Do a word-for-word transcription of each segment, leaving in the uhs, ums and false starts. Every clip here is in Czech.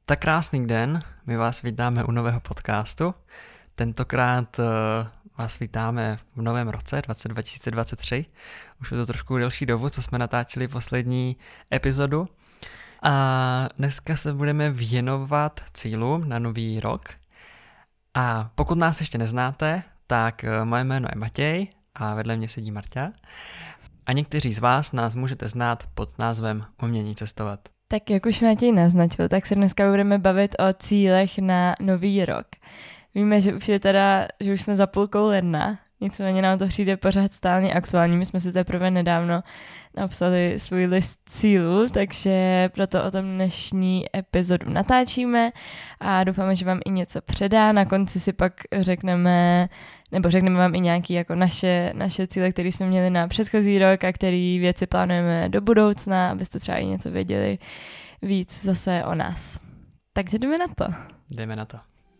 Tak krásný den, my vás vítáme u nového podcastu. Tentokrát uh, vás vítáme v novém roce dva tisíce dvacet tři. Už je to trošku delší dobu, co jsme natáčeli poslední epizodu. A dneska se budeme věnovat cílům na nový rok. A pokud nás ještě neznáte, tak uh, moje jméno je Matěj a vedle mě sedí Marta. A někteří z vás nás můžete znát pod názvem Umění cestovat. Tak jak už Matěj naznačil, tak se dneska budeme bavit o cílech na nový rok. Víme, že už je teda, že už jsme za půlkou ledna, nicméně nám to přijde pořád stále aktuální. My jsme si teprve nedávno napsali svůj list cílů, takže proto o tom dnešní epizodu natáčíme a doufáme, že vám i něco předá. Na konci si pak řekneme, nebo řekneme vám i nějaké jako naše, naše cíle, které jsme měli na předchozí rok a které věci plánujeme do budoucna, abyste třeba i něco věděli víc zase o nás. Takže jdeme na to. Jdeme na to.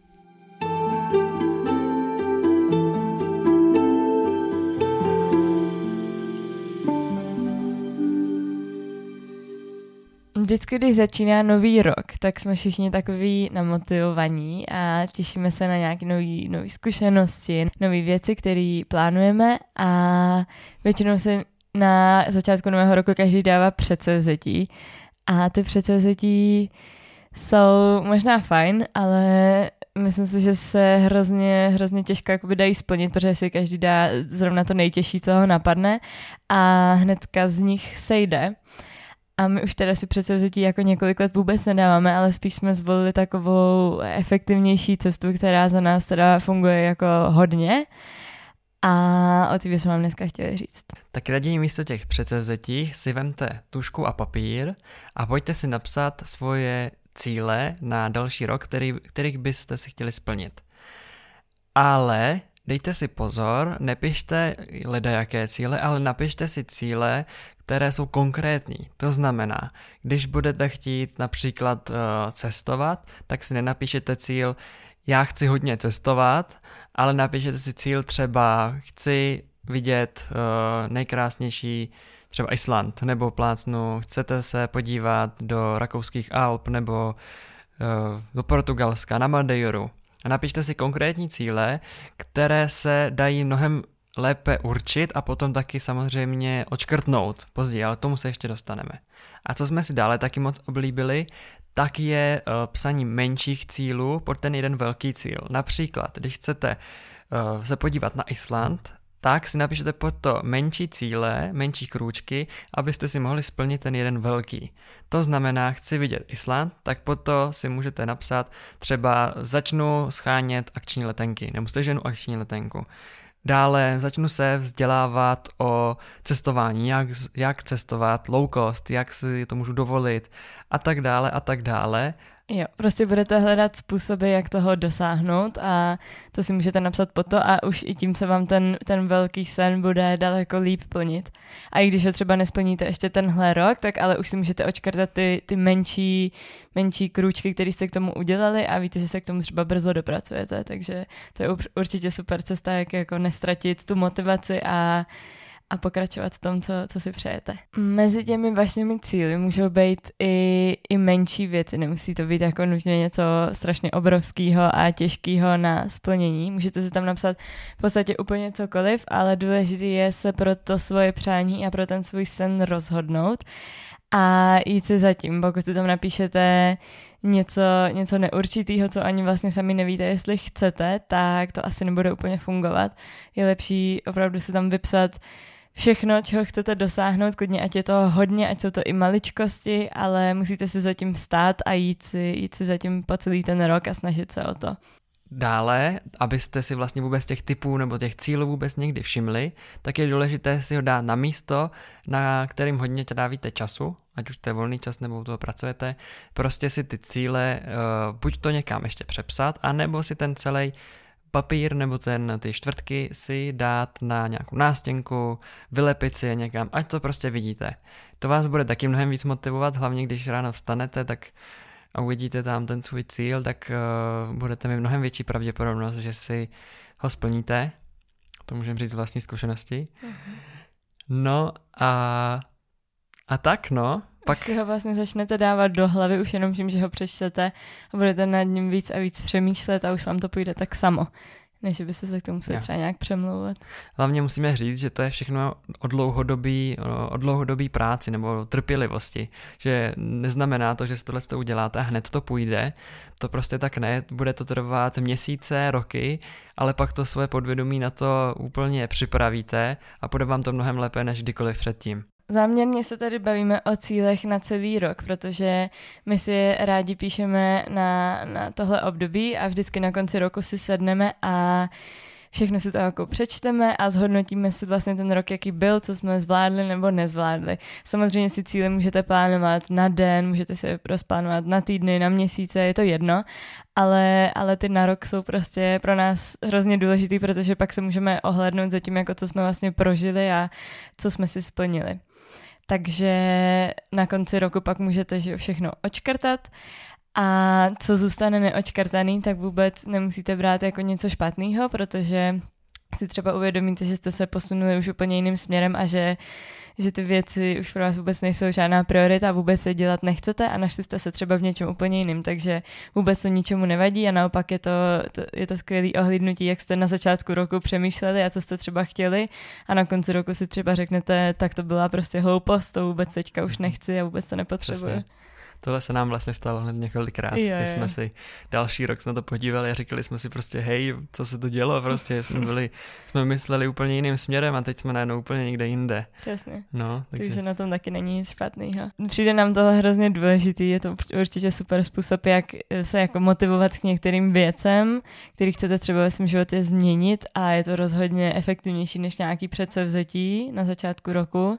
Vždycky, když začíná nový rok, tak jsme všichni takový namotivovaní a těšíme se na nějaké nový, nový zkušenosti, nové věci, které plánujeme a většinou se na začátku nového roku každý dává předsevzetí a ty předsevzetí jsou možná fajn, ale myslím si, že se hrozně, hrozně těžko jakoby dají splnit, protože si každý dá zrovna to nejtěžší, co ho napadne a hnedka z nich sejde. A my už teda si předsevzetí jako několik let vůbec nedáváme, ale spíš jsme zvolili takovou efektivnější cestu, která za nás teda funguje jako hodně. A o té bychom vám dneska chtěli říct. Tak raději místo těch předsevzetí si vemte tužku a papír a pojďte si napsat svoje cíle na další rok, který, kterých byste si chtěli splnit. Ale dejte si pozor, nepište ledajaké cíle, ale napište si cíle, které jsou konkrétní. To znamená, když budete chtít například uh, cestovat, tak si nenapíšete cíl já chci hodně cestovat, ale napíšete si cíl třeba chci vidět uh, nejkrásnější třeba Island, nebo plácnu chcete se podívat do rakouských Alp, nebo uh, do Portugalska, na Madeiru. A napište si konkrétní cíle, které se dají mnohem lépe určit a potom taky samozřejmě odškrtnout později, ale k tomu se ještě dostaneme. A co jsme si dále taky moc oblíbili, tak je uh, psaní menších cílů pod ten jeden velký cíl. Například, když chcete uh, se podívat na Island, tak si napíšete pod to menší cíle, menší krůčky, abyste si mohli splnit ten jeden velký. To znamená, chci vidět Island, tak pod to si můžete napsat třeba začnu schánět akční letenky, nebo seženu akční letenku. Dále začnu se vzdělávat o cestování, jak, jak cestovat, low cost, jak si to můžu dovolit a tak dále a tak dále. Jo, prostě budete hledat způsoby, jak toho dosáhnout a to si můžete napsat po to a už i tím se vám ten, ten velký sen bude daleko líp plnit. A i když ho třeba nesplníte ještě tenhle rok, tak ale už si můžete odškrtat ty, ty menší, menší krůčky, které jste k tomu udělali a víte, že se k tomu třeba brzo dopracujete, takže to je určitě super cesta, jak jako nestratit tu motivaci a a pokračovat v tom, co, co si přejete. Mezi těmi vašimi cíli můžou být i, i menší věci, nemusí to být jako nutně něco strašně obrovského a těžkého na splnění. Můžete si tam napsat v podstatě úplně cokoliv, ale důležité je se pro to svoje přání a pro ten svůj sen rozhodnout a jít si za tím. Pokud si tam napíšete něco, něco neurčitého, co ani vlastně sami nevíte, jestli chcete, tak to asi nebude úplně fungovat. Je lepší opravdu si tam vypsat všechno, čeho chcete dosáhnout, klidně ať je to hodně, ať jsou to i maličkosti, ale musíte si zatím stát a jít si, jít si zatím po celý ten rok a snažit se o to. Dále, abyste si vlastně vůbec těch typů nebo těch cílů vůbec někdy všimli, tak je důležité si ho dát na místo, na kterým hodně trávíte času, ať už to je volný čas nebo u toho pracujete. Prostě si ty cíle uh, buď to někam ještě přepsat, anebo si ten celý papír nebo ten, ty čtvrtky si dát na nějakou nástěnku, vylepit si je někam, ať to prostě vidíte. To vás bude taky mnohem víc motivovat, hlavně když ráno vstanete, tak a uvidíte tam ten svůj cíl, tak uh, budete mít mnohem větší pravděpodobnost, že si ho splníte. To můžeme říct z vlastní zkušenosti. Mm-hmm. No a, a tak no. Pak si ho vlastně začnete dávat do hlavy už jenom tím, že ho přečtete a budete nad ním víc a víc přemýšlet a už vám to půjde tak samo, než byste se k tomu museli třeba nějak přemlouvat. Hlavně musíme říct, že to je všechno o dlouhodobý, o dlouhodobý práci nebo trpělivosti, že neznamená to, že si tohle to uděláte a hned to půjde, to prostě tak ne, bude to trvat měsíce, roky, ale pak to svoje podvědomí na to úplně připravíte a bude vám to mnohem lépe než kdykoliv předtím. Záměrně se tady bavíme o cílech na celý rok, protože my si rádi píšeme na, na tohle období a vždycky na konci roku si sedneme a všechno si to jako přečteme a zhodnotíme si vlastně ten rok, jaký byl, co jsme zvládli nebo nezvládli. Samozřejmě si cíle můžete plánovat na den, můžete si rozplánovat na týdny, na měsíce, je to jedno, ale, ale ty na rok jsou prostě pro nás hrozně důležitý, protože pak se můžeme ohlédnout za tím, jako co jsme vlastně prožili a co jsme si splnili. Takže na konci roku pak můžete že všechno odškrtat a co zůstane neodškrtaný, tak vůbec nemusíte brát jako něco špatného, protože si třeba uvědomíte, že jste se posunuli už úplně jiným směrem a že, že ty věci už pro vás vůbec nejsou žádná priorita a vůbec je dělat nechcete a našli jste se třeba v něčem úplně jiným, takže vůbec to ničemu nevadí a naopak je to, to, je to skvělý ohlídnutí, jak jste na začátku roku přemýšleli a co jste třeba chtěli a na konci roku si třeba řeknete, tak to byla prostě hloupost, to vůbec teďka už nechci a vůbec to nepotřebuji. Přesně. Tohle se nám vlastně stalo hned několikrát, když jsme si další rok na to podívali a říkali jsme si prostě hej, co se to dělo, prostě jsme byli, jsme mysleli úplně jiným směrem a teď jsme najednou úplně někde jinde. Přesně, no, takže... takže na tom taky není nic špatného. Přijde nám tohle hrozně důležitý, je to určitě super způsob, jak se jako motivovat k některým věcem, který chcete třeba ve svém životě změnit a je to rozhodně efektivnější než nějaký předsevzetí na začátku roku.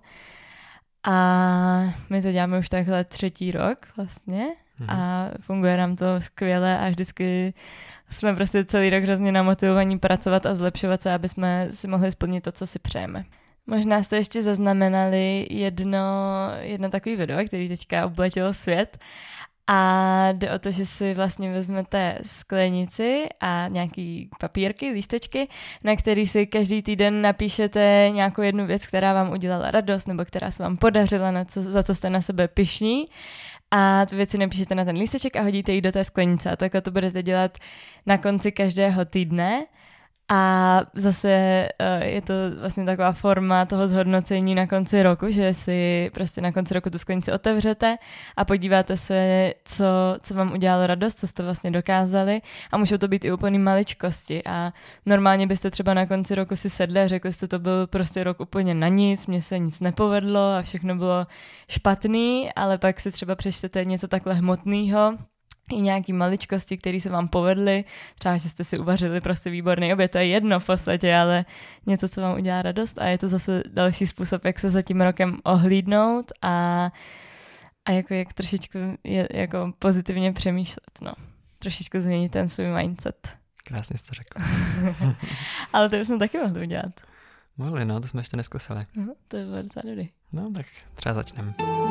A my to děláme už takhle třetí rok vlastně a funguje nám to skvěle a vždycky jsme prostě celý rok hrozně namotivovaní pracovat a zlepšovat se, aby jsme si mohli splnit to, co si přejeme. Možná jste ještě zaznamenali jedno, jedno takový video, který teďka obletěl svět a jde o to, že si vlastně vezmete sklenici a nějaký papírky, lístečky, na který si každý týden napíšete nějakou jednu věc, která vám udělala radost nebo která se vám podařila, na co, za co jste na sebe pyšní. A tu věci napíšete na ten lísteček a hodíte ji do té sklenice. A takhle to budete dělat na konci každého týdne. A zase je to vlastně taková forma toho zhodnocení na konci roku, že si prostě na konci roku tu sklenici otevřete a podíváte se, co, co vám udělalo radost, co jste vlastně dokázali a můžou to být i úplný maličkosti a normálně byste třeba na konci roku si sedli a řekli jste, to byl prostě rok úplně na nic, mně se nic nepovedlo a všechno bylo špatný, ale pak si třeba přečtete něco takhle hmotného, i nějaký maličkosti, které se vám povedly, třeba, že jste si uvařili prostě výborný oběd, to je jedno v podstatě, ale něco, co vám udělá radost a je to zase další způsob, jak se za tím rokem ohlídnout a, a jako jak trošičku je, jako pozitivně přemýšlet, no. Trošičku změnit ten svůj mindset. Krásně jsi to řekl. Ale to bychom taky mohli udělat. Mohli, no, to jsme ještě neskusili. Uh, to je bylo docela dobrý. No, tak třeba začneme.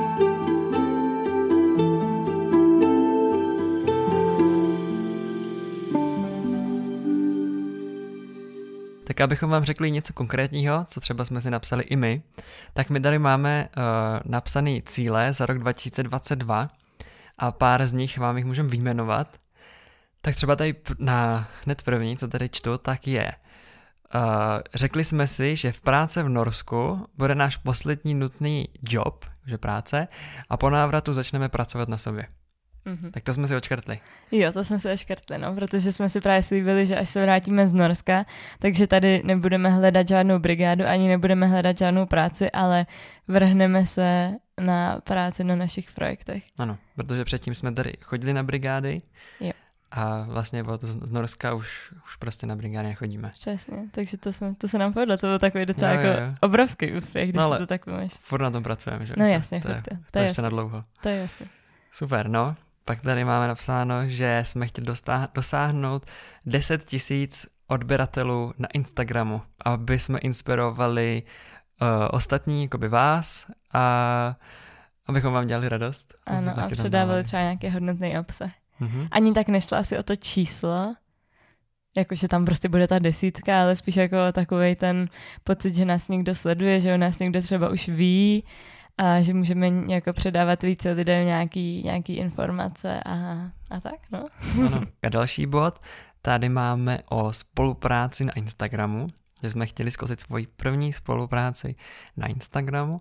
Tak abychom vám řekli něco konkrétního, co třeba jsme si napsali i my, tak my tady máme uh, napsané cíle za rok dva tisíce dvacet dva a pár z nich vám jich můžeme vyjmenovat. Tak třeba tady na hned první, co tady čtu, tak je. Uh, řekli jsme si, že v práci v Norsku bude náš poslední nutný job, že práce, a po návratu začneme pracovat na sobě. Mm-hmm. Tak to jsme si odškrtli. Jo, to jsme si odškrtli, no, protože jsme si právě slíbili, že až se vrátíme z Norska, takže tady nebudeme hledat žádnou brigádu, ani nebudeme hledat žádnou práci, ale vrhneme se na práci na našich projektech. Ano, protože předtím jsme tady chodili na brigády. Jo. A vlastně bylo to z Norska už, už prostě na brigády nechodíme. Přesně, takže to, jsme, to se nám povedlo, to byl takový docela no, jako jo, jo. obrovský úspěch, když no, si to tak máš. Furt na tom pracujeme, že? No jasně, to, to, fakt, to, to, to je ještě jasný. na dlouho. To je jasný. Super, no. Pak tady máme napsáno, že jsme chtěli dostá- dosáhnout deset tisíc odběratelů na Instagramu, aby jsme inspirovali uh, ostatní, jako by vás, a abychom vám dělali radost. Ano, a předávali třeba nějaké hodnotné obsah. Mm-hmm. Ani tak nešlo asi o to číslo, jakože tam prostě bude ta desítka, ale spíš jako takovej ten pocit, že nás někdo sleduje, že o nás někdo třeba už ví a že můžeme jako předávat více lidem nějaký, nějaký informace a, a tak, no. Ano. A další bod, tady máme o spolupráci na Instagramu, že jsme chtěli zkusit svoji první spolupráci na Instagramu,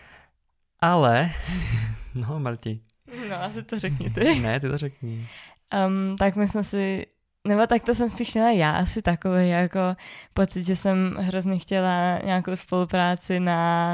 ale, no Marti. No, asi to řekni ty. Ne, ty to řekni. Um, tak my jsme si, nebo tak to jsem spíš měla já asi takový jako pocit, že jsem hrozně chtěla nějakou spolupráci na,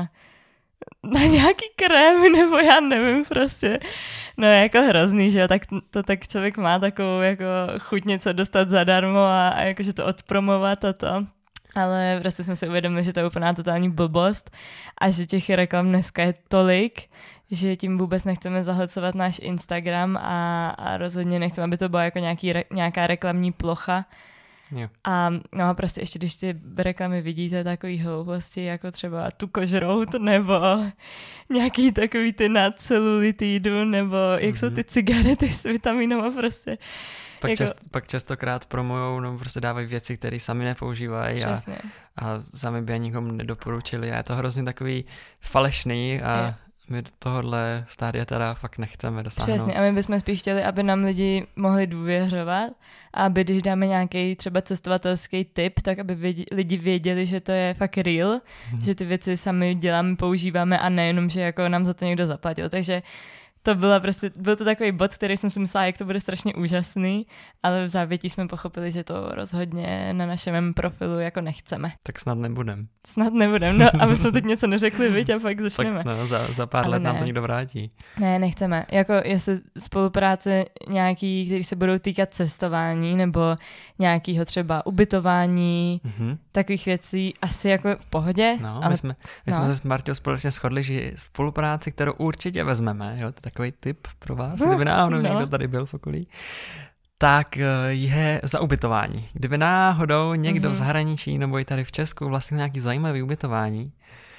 na nějaký krém, nebo já nevím prostě. No jako hrozný, že jo, tak to tak člověk má takovou jako chuť něco dostat zadarmo a, a jakože to odpromovat a to. Ale prostě jsme si uvědomili, že to je úplná totální blbost a že těch reklam dneska je tolik, že tím vůbec nechceme zahlcovat náš Instagram a, a rozhodně nechceme, aby to byla jako nějaký, nějaká reklamní plocha. Jo. A no a prostě ještě, když ty reklamy vidíte takový hlouposti, jako třeba tu kožrout, nebo nějaký takový ty na celulitidu, nebo jak mm-hmm. jsou ty cigarety s vitaminama prostě. Pak, jako... čast, pak častokrát promujou, no prostě dávají věci, které sami nepoužívají a, a sami by nikomu nedoporučili a je to hrozně takový falešný a je. My do tohohle stádia teda fakt nechceme dosáhnout. Přesně, a my bychom spíš chtěli, aby nám lidi mohli důvěřovat a aby když dáme nějaký třeba cestovatelský tip, tak aby vědi, lidi věděli, že to je fakt real, hmm. že ty věci sami děláme, používáme a nejenom, že jako nám za to někdo zaplatil. Takže to byla prostě, byl to takový bod, který jsem si myslela, jak to bude strašně úžasný, ale v závětí jsme pochopili, že to rozhodně na našem profilu jako nechceme. Tak snad nebudem. Snad nebudem, no a my jsme teď něco neřekli, viď, a pak začneme. Tak no, za, za pár ale let ne. Nám to někdo vrátí. Ne, nechceme. Jako jestli spolupráce nějaký, který se budou týkat cestování nebo nějakého třeba ubytování, mm-hmm. takových věcí, asi jako v pohodě. No, ale... my jsme, my no. jsme se s Marťou společně shodli, že spolupráci, kterou určitě vezmeme, jo, takový tip pro vás, kdyby náhodou no. někdo tady byl v okolí, tak je za ubytování. Kdyby náhodou někdo mm-hmm. v zahraničí nebo i tady v Česku vlastně nějaký zajímavý ubytování,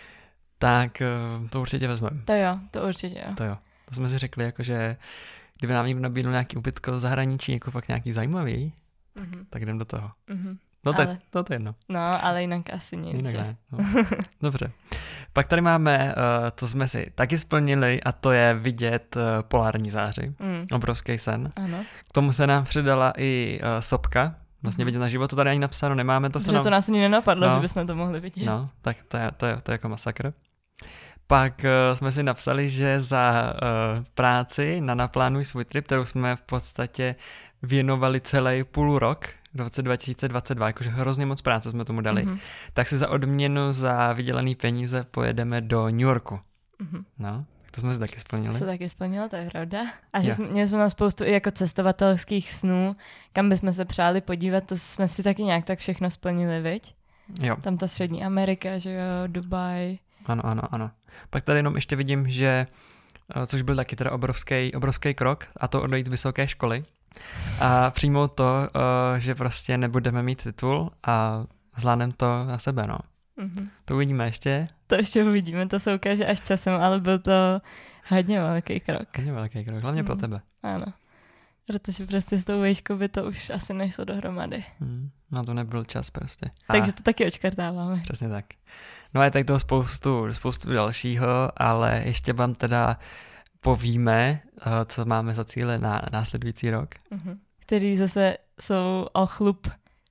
tak to určitě vezmeme. To jo, to určitě jo. To jo. To jsme si řekli, jako, že kdyby nám někdo nabídl nějaký ubytko v zahraničí, jako fakt nějaký zajímavý, mm-hmm. tak jdem do toho. Mm-hmm. No to, ale, to, to je jedno. No, ale jinak asi nic. Jinak ne, no. Dobře. Pak tady máme, uh, co jsme si taky splnili, a to je vidět uh, polární záři. Mm. Obrovský sen. Ano. K tomu se nám přidala i uh, sopka. Vlastně mm. vidět na život, to tady ani napsáno nemáme. To, se nám... to nás ani nenapadlo, no, že bychom to mohli vidět. No, tak to je, to je, to je jako masakr. Pak uh, jsme si napsali, že za uh, práci na Naplánuj svůj trip, kterou jsme v podstatě věnovali celý půl rok, v roce dva tisíce dvacet dva, jakože hrozně moc práce jsme tomu dali, mm-hmm. tak si za odměnu za vydělaný peníze pojedeme do New Yorku. Mm-hmm. No, to jsme si taky splnili. To taky splnilo, to je pravda. A že jsme, měli jsme tam spoustu i jako cestovatelských snů, kam bychom se přáli podívat, to jsme si taky nějak tak všechno splnili, viď? Jo. Tam ta Střední Amerika, že jo, Dubaj. Ano, ano, ano. Pak tady jenom ještě vidím, že, což byl taky teda obrovský, obrovský krok, a to odejít z vysoké školy a přijmout to, že prostě nebudeme mít titul a zvládneme to na sebe, no. Mm-hmm. To uvidíme ještě. To ještě uvidíme, to se ukáže až časem, ale byl to hodně velký krok. Hodně velký krok, hlavně mm. pro tebe. Ano, protože prostě s tou vejškou by to už asi nešlo dohromady. Mm. No to nebyl čas prostě. Takže to taky očkrtáváme. Přesně tak. No a je tady toho spoustu, spoustu dalšího, ale ještě vám teda povíme, co máme za cíle na následující rok. Mm-hmm. Který zase jsou o chlup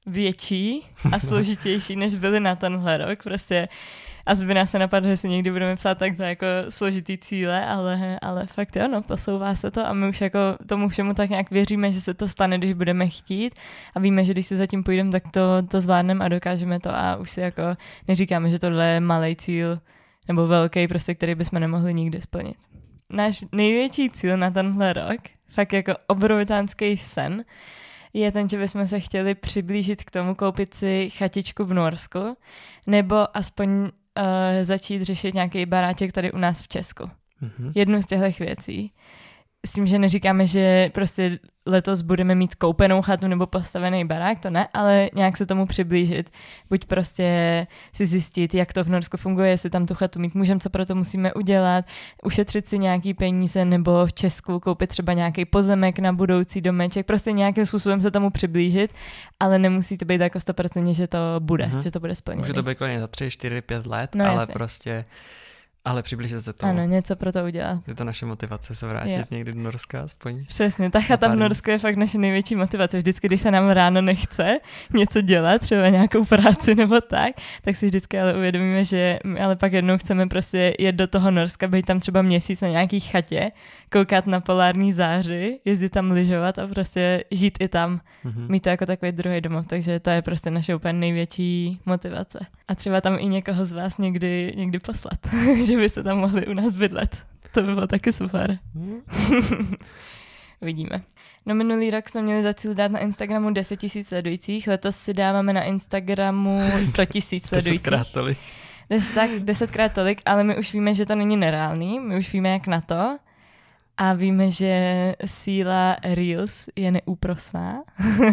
větší a složitější, než byly na tenhle rok. Prostě asi by nás se napadlo, že si někdy budeme psát takhle jako složitý cíle, ale, ale fakt jo, no, posouvá se to a my už jako tomu všemu tak nějak věříme, že se to stane, když budeme chtít a víme, že když si zatím půjdeme, tak to, to zvládneme a dokážeme to a už si jako neříkáme, že tohle je malej cíl nebo velký, prostě, který bychom nemohli nikdy splnit. Náš největší cíl na tenhle rok, fakt jako obrovitánský sen, je ten, že bychom se chtěli přiblížit k tomu koupit si chatičku v Norsku nebo aspoň uh, začít řešit nějaký baráček tady u nás v Česku. Mm-hmm. Jednu z těchto věcí. S tím, že neříkáme, že prostě letos budeme mít koupenou chatu nebo postavený barák, to ne, ale nějak se tomu přiblížit. Buď prostě si zjistit, jak to v Norsku funguje, jestli tam tu chatu mít můžeme, co pro to musíme udělat, ušetřit si nějaký peníze nebo v Česku koupit třeba nějaký pozemek na budoucí domeček, prostě nějakým způsobem se tomu přiblížit, ale nemusí to být jako sto procent, že to bude, mm-hmm. že to bude splněné. Může to být za tři, čtyři, pět let, no, ale jasně. prostě Ale přiblížit se tomu. Ano, něco pro to udělat. Je to naše motivace se vrátit jo. někdy do Norska aspoň. Přesně, ta chata v Norsku je fakt naše největší motivace. Vždycky, když se nám ráno nechce něco dělat, třeba nějakou práci nebo tak, tak si vždycky ale uvědomíme, že my ale pak jednou chceme prostě jet do toho Norska, být tam třeba měsíc na nějaký chatě, koukat na polární záři, jezdit tam lyžovat a prostě žít i tam. Mm-hmm. Mít to jako takový druhý domov, takže to je prostě naše úplně největší motivace. A třeba tam i někoho z vás někdy, někdy poslat. Že byste tam mohli u nás bydlet. To by bylo taky super. Uvidíme. No minulý rok jsme měli za cíl dát na Instagramu deset tisíc sledujících, letos si dáváme na Instagramu sto tisíc sledujících. Desetkrát tolik. Deset, tak, desetkrát tolik, ale my už víme, že to není nereálný, my už víme, jak na to a víme, že síla Reels je neúprosná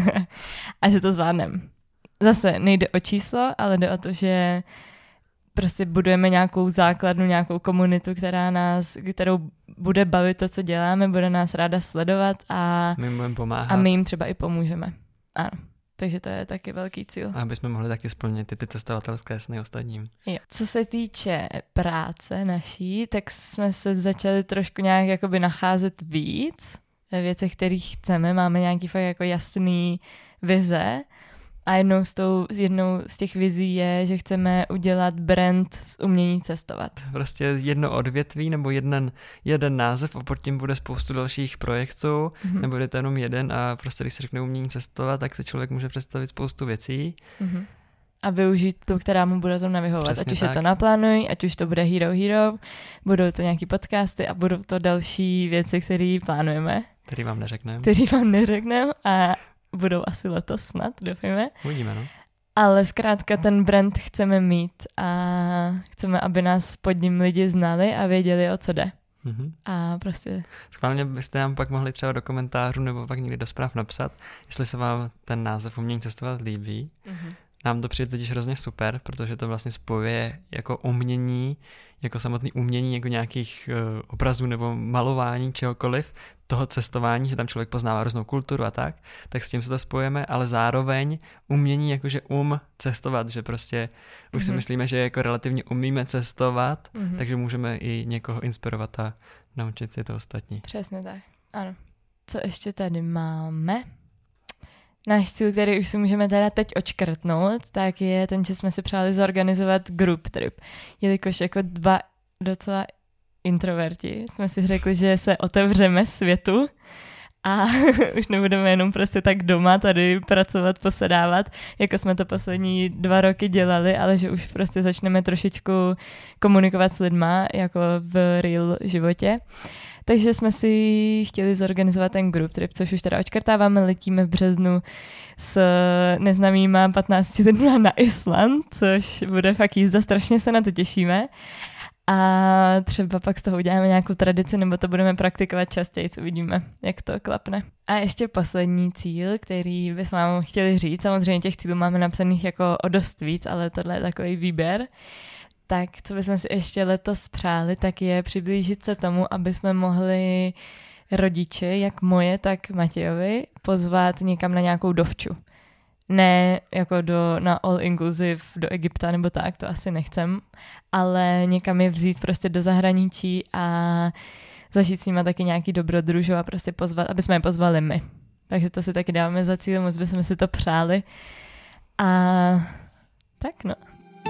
a že to zvládneme. Zase nejde o číslo, ale jde o to, že prostě budujeme nějakou základnu, nějakou komunitu, která nás, kterou bude bavit to, co děláme, bude nás ráda sledovat a my jim pomáhat. A my jim třeba i pomůžeme. Ano, takže to je taky velký cíl. A aby jsme mohli taky splnit ty, ty cestovatelské sny ostatním. Jo. Co se týče práce naší, tak jsme se začali trošku nějak jakoby nacházet víc ve věcech, kterých chceme. Máme nějaký fakt jako jasný vize. A jednou z, tou, jednou z těch vizí je, že chceme udělat brand z umění cestovat. Prostě jedno odvětví nebo jeden, jeden název a pod tím bude spoustu dalších projektů, mm-hmm. nebo je to jenom jeden a prostě když se řekne umění cestovat, tak si člověk může představit spoustu věcí. Mm-hmm. A využít tu, která mu bude zrovna vyhovovat. Přesně ať už tak. Je to naplánuj, ať už to bude Hero Hero, budou to nějaký podcasty a budou to další věci, které plánujeme. Který vám neřekneme. Který vám neřekneme a budou asi letos snad, doufejme. Uvidíme, no. Ale zkrátka ten brand chceme mít a chceme, aby nás pod ním lidi znali a věděli, o co jde. Mm-hmm. A prostě... Schválně byste nám pak mohli třeba do komentářů nebo pak někdy do zpráv napsat, jestli se vám ten název umění cestovat líbí. Mm-hmm. Nám to přijde totiž hrozně super, protože to vlastně spojuje jako umění, jako samotný umění, jako nějakých uh, obrazů nebo malování, čehokoliv, toho cestování, že tam člověk poznává různou kulturu a tak, tak s tím se to spojeme, ale zároveň umění jakože um cestovat, že prostě už mm-hmm. si myslíme, že jako relativně umíme cestovat, mm-hmm. takže můžeme i někoho inspirovat a naučit je to ostatní. Přesně tak, ano. Co ještě tady máme? Náš cíl, který už si můžeme teda teď očkrtnout, tak je ten, že jsme si přáli zorganizovat group trip. Jelikož jako dva docela introverti jsme si řekli, že se otevřeme světu a už nebudeme jenom prostě tak doma tady pracovat, posedávat, jako jsme to poslední dva roky dělali, ale že už prostě začneme trošičku komunikovat s lidma, jako v real životě. Takže jsme si chtěli zorganizovat ten group trip, což už teda očkrtáváme, letíme v březnu s neznámýma patnácti lidma na Island, což bude fakt jízda, strašně se na to těšíme. A třeba pak z toho uděláme nějakou tradici, nebo to budeme praktikovat častěji, co uvidíme, jak to klapne. A ještě poslední cíl, který bychom vám chtěli říct, samozřejmě těch cílů máme napsaných jako o dost víc, ale tohle je takový výběr. Tak co bychom si ještě letos přáli, tak je přiblížit se tomu, aby jsme mohli rodiče, jak moje, tak Matějovi, pozvat někam na nějakou dovču. Ne jako do, na all inclusive do Egypta nebo tak, to asi nechcem, ale někam je vzít prostě do zahraničí a zažít s nima taky nějaký dobrodružů a prostě pozvat, aby jsme je pozvali my. Takže to si taky dáváme za cíl, moc bychom si to přáli. A tak no.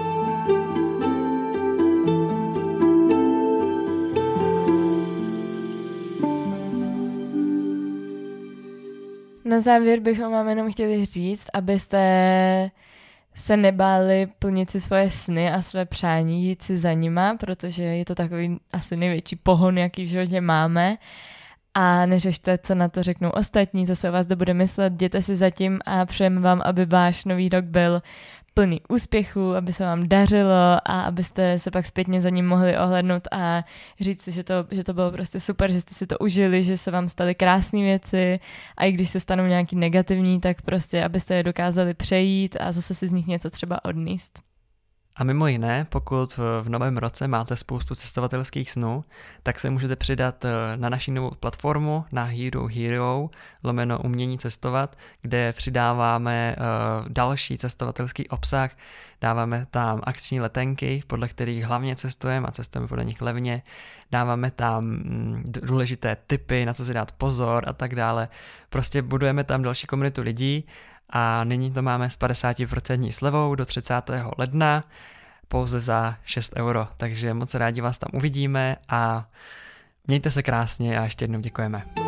Na závěr bychom vám jenom chtěli říct, abyste se nebáli plnit si svoje sny a své přání, jít si za nima, protože je to takový asi největší pohon, jaký v životě máme. A neřešte, co na to řeknou ostatní, co se o vás to bude myslet, jděte si za tím a přejeme vám, aby váš nový rok byl plný úspěchu, aby se vám dařilo a abyste se pak zpětně za ním mohli ohlednout a říct si, že to, že to bylo prostě super, že jste si to užili, že se vám staly krásné věci a i když se stanou nějaký negativní, tak prostě abyste je dokázali přejít a zase si z nich něco třeba odníst. A mimo jiné, pokud v novém roce máte spoustu cestovatelských snů, tak se můžete přidat na naši novou platformu na Hero Hero, lomeno umění cestovat, kde přidáváme uh, další cestovatelský obsah, dáváme tam akční letenky, podle kterých hlavně cestujeme a cestujeme podle nich levně, dáváme tam mm, důležité tipy, na co si dát pozor a tak dále. Prostě budujeme tam další komunitu lidí a nyní to máme s padesát procent slevou do třicátého ledna pouze za šest euro, takže moc rádi vás tam uvidíme a mějte se krásně a ještě jednou děkujeme.